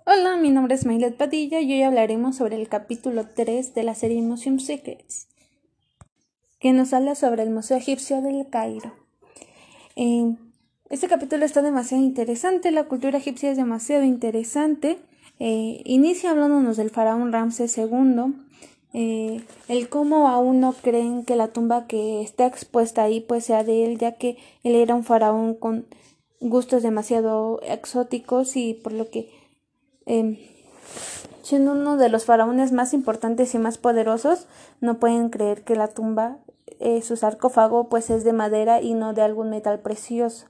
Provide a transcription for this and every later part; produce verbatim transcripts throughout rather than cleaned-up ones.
Hola, mi nombre es Maylet Padilla y hoy hablaremos sobre el capítulo tres de la serie Museum Secrets, que nos habla sobre el Museo Egipcio del Cairo. Eh, este capítulo está demasiado interesante, la cultura egipcia es demasiado interesante. Eh, inicia hablándonos del faraón Ramsés segundo, eh, el cómo aún no creen que la tumba que está expuesta ahí pues sea de él, ya que él era un faraón con gustos demasiado exóticos y por lo que eh, siendo uno de los faraones más importantes y más poderosos, no pueden creer que la tumba, eh, su sarcófago, pues es de madera y no de algún metal precioso.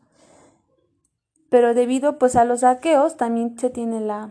Pero debido pues a los saqueos también se tiene la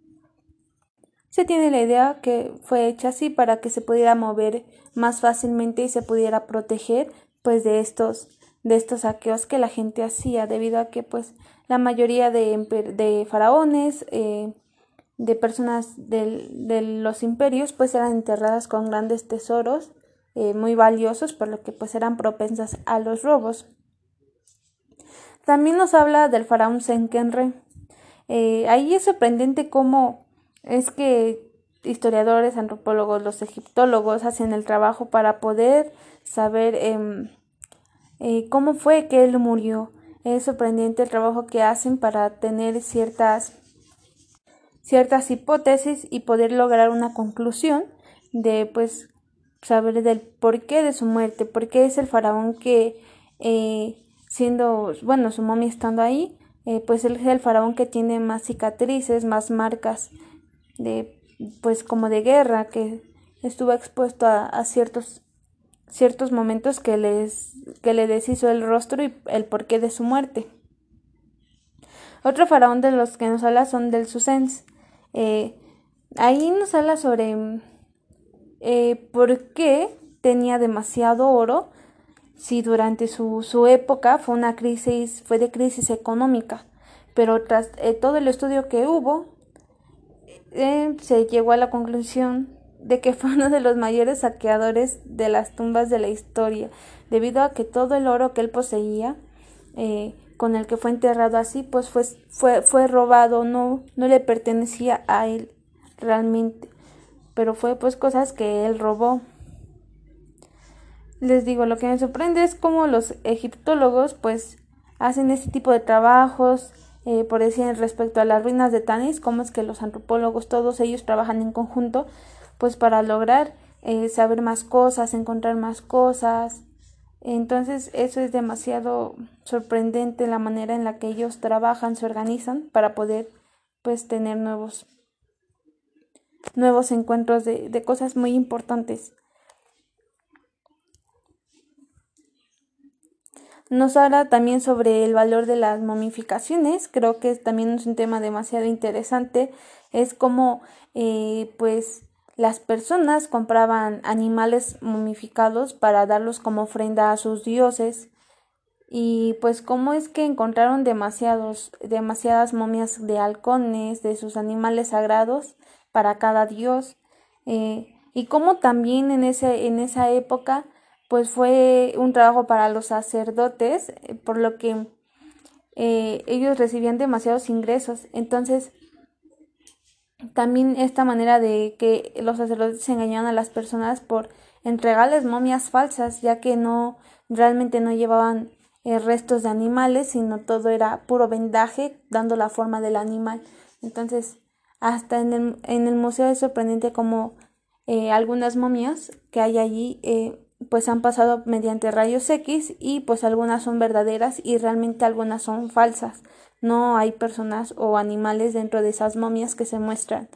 se tiene la idea que fue hecha así para que se pudiera mover más fácilmente y se pudiera proteger pues de estos de estos saqueos que la gente hacía, debido a que pues la mayoría de, de faraones eh, de personas de, de los imperios pues eran enterradas con grandes tesoros eh, muy valiosos, por lo que pues eran propensas a los robos. También nos habla del faraón Senkenre. Eh, ahí es sorprendente cómo es que historiadores, antropólogos, los egiptólogos hacen el trabajo para poder saber eh, eh, cómo fue que él murió. Es sorprendente el trabajo que hacen para tener ciertas ciertas hipótesis y poder lograr una conclusión de pues saber del porqué de su muerte, por qué es el faraón que eh, siendo, bueno, su momia estando ahí, eh, pues él es el faraón que tiene más cicatrices, más marcas de pues como de guerra, que estuvo expuesto a, a ciertos ciertos momentos que les que le deshizo el rostro y el porqué de su muerte. Otro faraón de los que nos habla son del Susens. Eh, ahí nos habla sobre eh, por qué tenía demasiado oro si durante su, su época fue una crisis, fue de crisis económica, pero tras eh, todo el estudio que hubo, eh, se llegó a la conclusión de que fue uno de los mayores saqueadores de las tumbas de la historia, debido a que todo el oro que él poseía, eh, con el que fue enterrado así, pues fue, fue, fue robado, no, no le pertenecía a él realmente, pero fue pues cosas que él robó. Les digo, lo que me sorprende es cómo los egiptólogos pues hacen este tipo de trabajos, eh, por decir respecto a las ruinas de Tanis, cómo es que los antropólogos, todos ellos trabajan en conjunto pues para lograr eh, saber más cosas, encontrar más cosas. Entonces eso es demasiado sorprendente, la manera en la que ellos trabajan, se organizan para poder pues tener nuevos nuevos encuentros de, de cosas muy importantes. Nos habla también sobre el valor de las momificaciones, creo que también es un tema demasiado interesante, es como eh, pues las personas compraban animales momificados para darlos como ofrenda a sus dioses, y pues cómo es que encontraron demasiados, demasiadas momias de halcones, de sus animales sagrados para cada dios, eh, y cómo también en ese, en esa época pues fue un trabajo para los sacerdotes, eh, por lo que eh, ellos recibían demasiados ingresos. Entonces también esta manera de que los sacerdotes engañaban a las personas por entregarles momias falsas, ya que no realmente no llevaban eh, restos de animales, sino todo era puro vendaje dando la forma del animal. Entonces hasta en el, en el museo es sorprendente como eh, algunas momias que hay allí eh, pues han pasado mediante rayos X, y pues algunas son verdaderas y realmente algunas son falsas. No hay personas o animales dentro de esas momias que se muestran.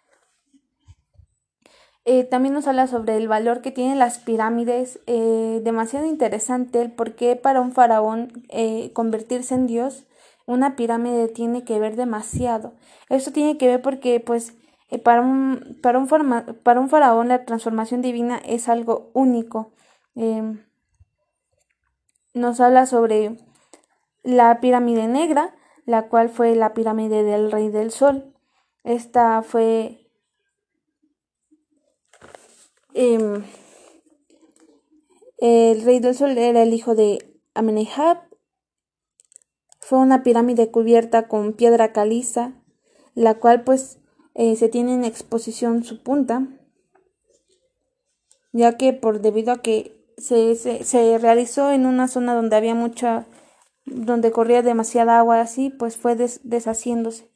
Eh, también nos habla sobre el valor que tienen las pirámides, eh, demasiado interesante el por qué para un faraón eh, convertirse en Dios, una pirámide tiene que ver demasiado. Esto tiene que ver porque pues eh, para, un, para, un forma, para un faraón la transformación divina es algo único. Eh, nos habla sobre la pirámide negra, la cual fue la pirámide del Rey del Sol. Esta fue eh, el Rey del Sol era el hijo de Amenhotep. Fue una pirámide cubierta con piedra caliza. la cual pues eh, se tiene en exposición su punta, ya que por debido a que se, se, se realizó en una zona donde había mucha, donde corría demasiada agua así, pues fue des, deshaciéndose.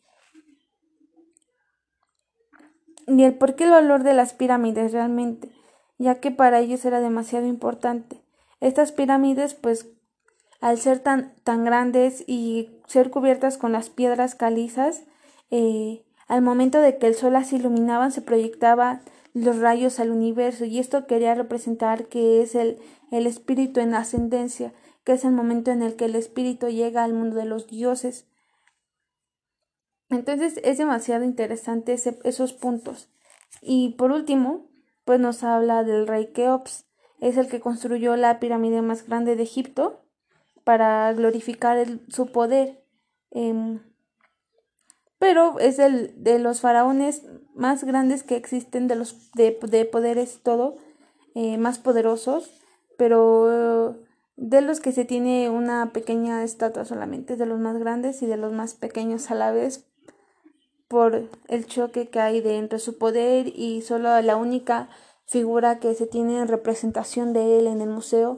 Y el por qué el valor de las pirámides realmente, ya que para ellos era demasiado importante. Estas pirámides, pues, al ser tan, tan grandes y ser cubiertas con las piedras calizas, eh, al momento de que el sol las iluminaban, se proyectaban los rayos al universo, y esto quería representar que es el, el espíritu en ascendencia, que es el momento en el que el espíritu llega al mundo de los dioses. Entonces es demasiado interesante ese, esos puntos. Y por último, pues nos habla del rey Keops. Es el que construyó la pirámide más grande de Egipto para glorificar el, su poder. Eh, pero es el de los faraones más grandes que existen, de los de, de poderes todo, eh, más poderosos, pero de los que se tiene una pequeña estatua solamente, de los más grandes y de los más pequeños a la vez, por el choque que hay de entre su poder y solo la única figura que se tiene en representación de él en el museo.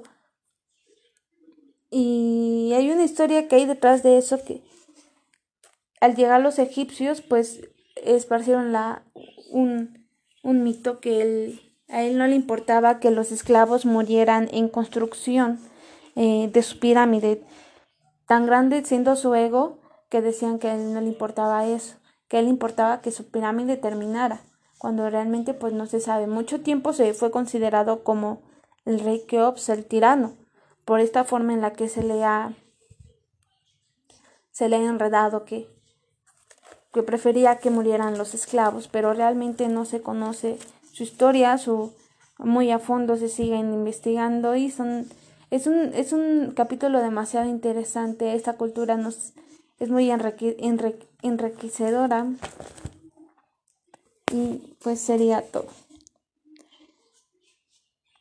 Y hay una historia que hay detrás de eso, que al llegar los egipcios pues esparcieron la, un, un mito que él, a él no le importaba que los esclavos murieran en construcción eh, de su pirámide, tan grande siendo su ego que decían que a él no le importaba eso, que a él le importaba que su pirámide terminara, cuando realmente pues no se sabe. Mucho tiempo se fue considerado como el rey Keops, el tirano, por esta forma en la que se le ha se le ha enredado que, que prefería que murieran los esclavos, pero realmente no se conoce su historia, su muy a fondo se siguen investigando y son es un es un capítulo demasiado interesante. Esta cultura nos es muy enrique, enrique, enriquecedora y pues sería todo.